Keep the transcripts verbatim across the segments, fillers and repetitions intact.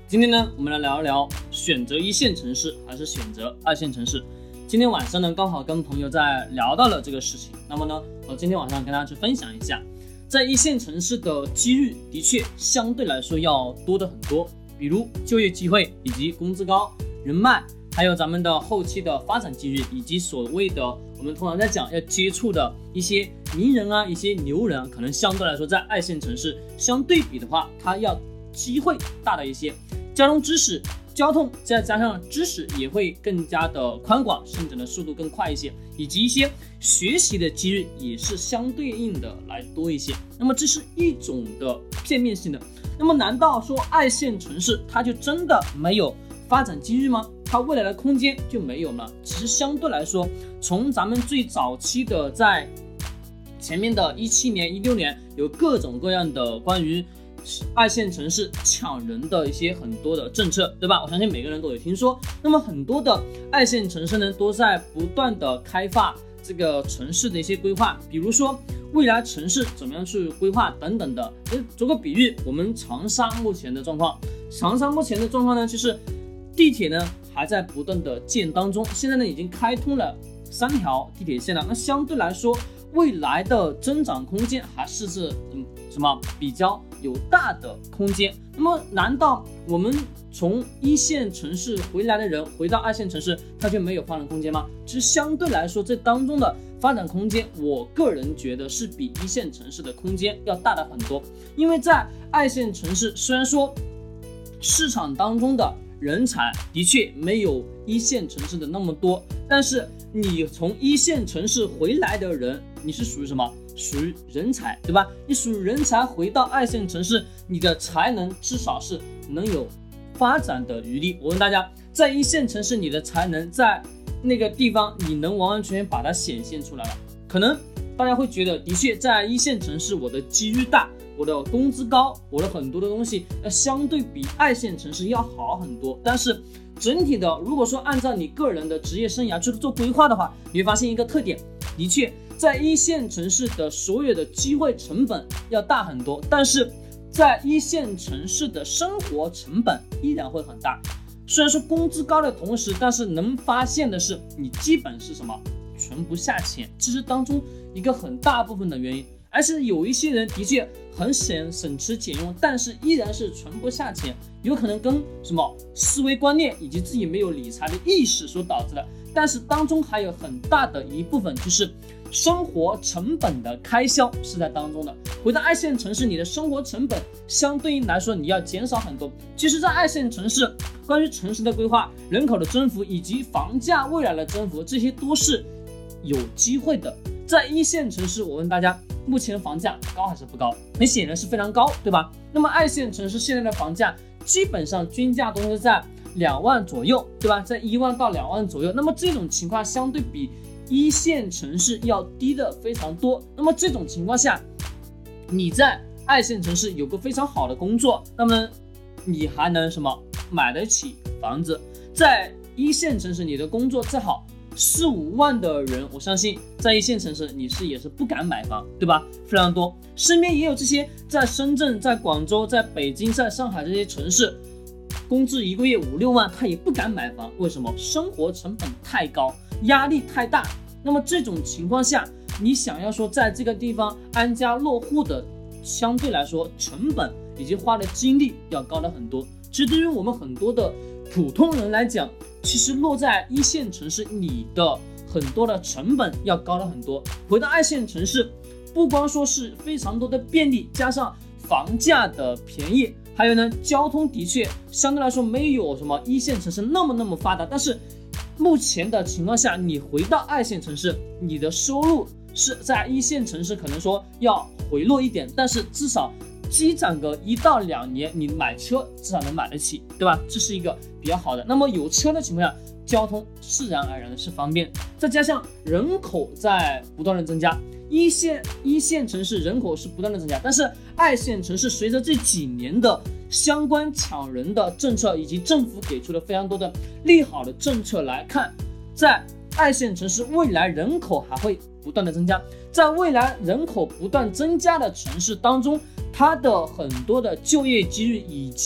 今天呢，我们来聊一聊选择一线城市还是选择二线城市。今天晚上呢，刚好跟朋友在聊到了这个事情。那么呢，我今天晚上跟大家去分享一下，在一线城市的机遇的确相对来说要多的很多，比如就业机会以及工资高、人脉，还有咱们的后期的发展机遇，以及所谓的我们通常在讲要接触的一些名人啊、一些牛人，可能相对来说在二线城市相对比的话，它要机会大的一些。交通知识、交通再加上知识也会更加的宽广，生长的速度更快一些，以及一些学习的机遇也是相对应的来多一些。那么这是一种的片面性的。那么难道说二线城市它就真的没有发展机遇吗？它未来的空间就没有吗？其实相对来说，从咱们最早期的在前面的一七年、一六年，有各种各样的关于二线城市抢人的一些很多的政策，对吧？我相信每个人都有听说。那么很多的二线城市呢，都在不断的开发这个城市的一些规划，比如说未来城市怎么样去规划等等的。做个比喻，我们长沙目前的状况，长沙目前的状况呢，就是地铁呢还在不断的建当中，现在呢已经开通了三条地铁线了。那相对来说，未来的增长空间还是是嗯什么比较有大的空间。那么难道我们从一线城市回来的人回到二线城市，他就没有发展空间吗？其实相对来说，这当中的发展空间，我个人觉得是比一线城市的空间要大的很多。因为在二线城市，虽然说市场当中的人才的确没有一线城市的那么多，但是你从一线城市回来的人，你是属于什么？属于人才，对吧？你属于人才回到二线城市，你的才能至少是能有发展的余地。我问大家，在一线城市你的才能在那个地方你能完完全全把它显现出来了？可能大家会觉得的确在一线城市我的机遇大，我的工资高，我的很多的东西要相对比二线城市要好很多。但是整体的，如果说按照你个人的职业生涯去做规划的话，你会发现一个特点，的确在一线城市的所有的机会成本要大很多，但是在一线城市的生活成本依然会很大。虽然说工资高的同时，但是能发现的是你基本是什么存不下钱，这是当中一个很大部分的原因。而且有一些人的确很省省吃俭用，但是依然是存不下钱，有可能跟什么思维观念以及自己没有理财的意识所导致的。但是当中还有很大的一部分就是生活成本的开销是在当中的。回到二线城市，你的生活成本相对应来说你要减少很多。其实在二线城市，关于城市的规划、人口的增幅以及房价未来的增幅，这些都是有机会的。在一线城市，我问大家，目前的房价高还是不高？很显然是非常高，对吧？那么二线城市现在的房价基本上均价都是在两万左右，对吧？在一万到两万左右。那么这种情况相对比一线城市要低的非常多。那么这种情况下，你在二线城市有个非常好的工作，那么你还能什么买得起房子？在一线城市，你的工作再好，四五万的人，我相信在一线城市你是也是不敢买房，对吧？非常多，身边也有这些在深圳、在广州、在北京、在上海这些城市，工资一个月五六万，他也不敢买房。为什么？生活成本太高，压力太大。那么这种情况下，你想要说在这个地方安家落户的，相对来说成本以及花的精力要高了很多。其实对于我们很多的普通人来讲，其实落在一线城市，你的很多的成本要高了很多。回到二线城市，不光说是非常多的便利，加上房价的便宜，还有呢，交通的确相对来说没有什么一线城市那么那么发达。但是目前的情况下，你回到二线城市，你的收入是在一线城市可能说要回落一点，但是至少积攒个一到两年，你买车至少能买得起，对吧？这是一个比较好的。那么有车的情况下，交通自然而然的是方便，再加上人口在不断的增加，一线一线城市人口是不断的增加，但是二线城市随着这几年的相关抢人的政策以及政府给出的非常多的利好的政策来看，在二线城市未来人口还会不断的增加。在未来人口不断增加的城市当中，它的很多的就业机遇以及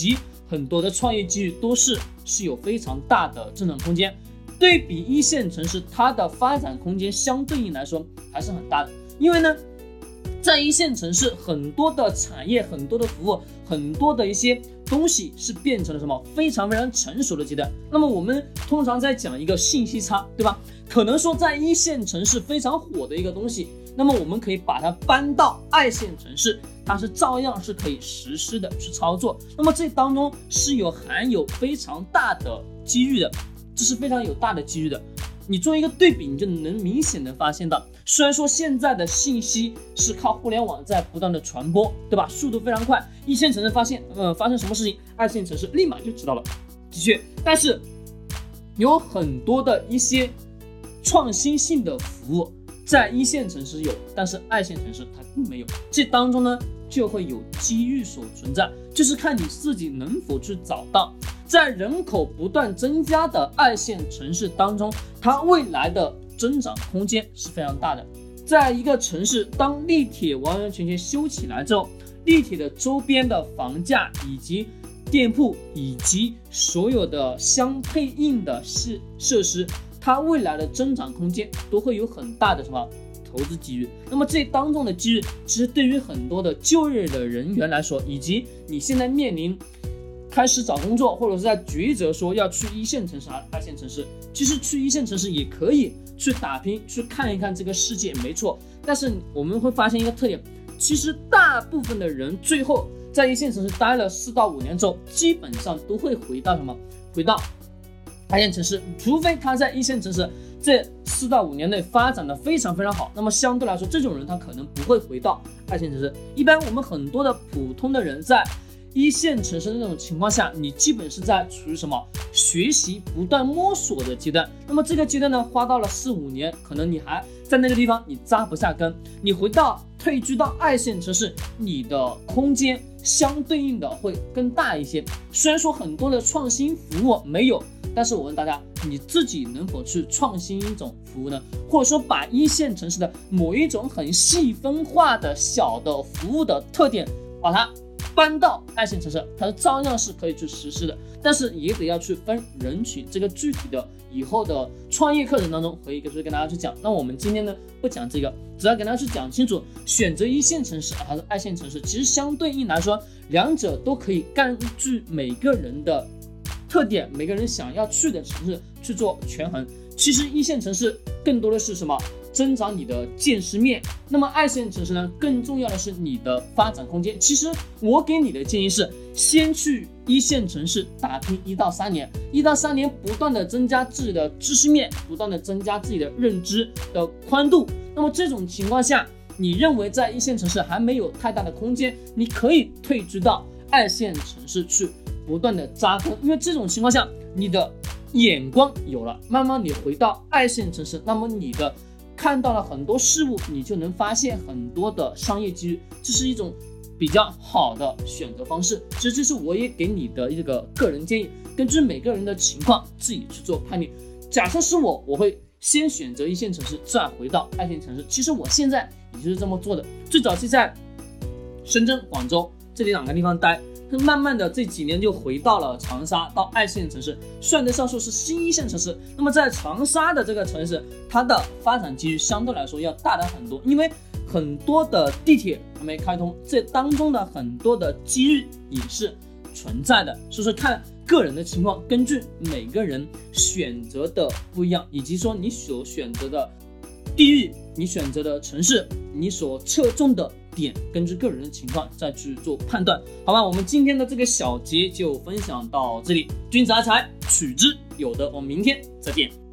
很多的创业机遇都是是有非常大的增长空间。对比一线城市，它的发展空间相对应来说还是很大的。因为呢，在一线城市，很多的产业、很多的服务、很多的一些东西是变成了什么非常非常成熟的阶段。那么我们通常在讲一个信息差，对吧？可能说在一线城市非常火的一个东西，那么我们可以把它搬到二线城市，它是照样是可以实施的去操作。那么这当中是有含有非常大的机遇的，这是非常有大的机遇的。你做一个对比，你就能明显的发现到，虽然说现在的信息是靠互联网在不断的传播，对吧？速度非常快，一线城市发现呃发生什么事情，二线城市立马就知道了，的确。但是有很多的一些创新性的服务在一线城市有，但是二线城市它并没有。这当中呢就会有机遇所存在，就是看你自己能否去找到。在人口不断增加的二线城市当中，它未来的增长空间是非常大的。在一个城市，当地铁完完全全修起来之后，地铁的周边的房价以及店铺以及所有的相配应的设施，它未来的增长空间都会有很大的什么投资机遇。那么这当中的机遇，其实对于很多的就业的人员来说，以及你现在面临开始找工作，或者是在抉择说要去一线城市还是二线城市，其实去一线城市也可以去打拼，去看一看这个世界，没错。但是我们会发现一个特点，其实大部分的人最后在一线城市待了四到五年之后，基本上都会回到什么？回到二线城市，除非他在一线城市这四到五年内发展的非常非常好，那么相对来说，这种人他可能不会回到二线城市。一般我们很多的普通的人在一线城市的那种情况下，你基本是在处于什么学习不断摸索的阶段。那么这个阶段呢，花到了四五年，可能你还在那个地方你扎不下根。你回到退居到二线城市，你的空间相对应的会更大一些。虽然说很多的创新服务没有，但是我问大家，你自己能否去创新一种服务呢？或者说把一线城市的某一种很细分化的小的服务的特点，把它搬到二线城市，它照样是可以去实施的，但是也得要去分人群。这个具体的以后的创业课程当中会跟大家去讲。那我们今天呢不讲这个，只要跟大家去讲清楚，选择一线城市还是二线城市，其实相对应来说，两者都可以根据每个人的特点，每个人想要去的城市去做权衡。其实一线城市更多的是什么？增长你的见识面。那么二线城市呢，更重要的是你的发展空间。其实我给你的建议是，先去一线城市打拼一到三年，一到三年不断的增加自己的知识面，不断的增加自己的认知的宽度。那么这种情况下，你认为在一线城市还没有太大的空间，你可以退居到二线城市去不断的扎根。因为这种情况下，你的眼光有了，慢慢你回到二线城市，那么你的看到了很多事物，你就能发现很多的商业机遇，这是一种比较好的选择方式。其实这是我也给你的一个个人建议，根据每个人的情况自己去做判定。假设是我，我会先选择一线城市，再回到二线城市。其实我现在也就是这么做的。最早期在深圳、广州这两个地方待，慢慢的这几年就回到了长沙，到二线城市，算得上说是新一线城市。那么在长沙的这个城市，它的发展机遇相对来说要大的很多，因为很多的地铁还没开通，这当中的很多的机遇也是存在的。所以说看个人的情况，根据每个人选择的不一样，以及说你所选择的地域，你选择的城市，你所侧重的点，根据个人的情况再去做判断，好吧？我们今天的这个小节就分享到这里，君子爱财，取之有德，我们明天再见。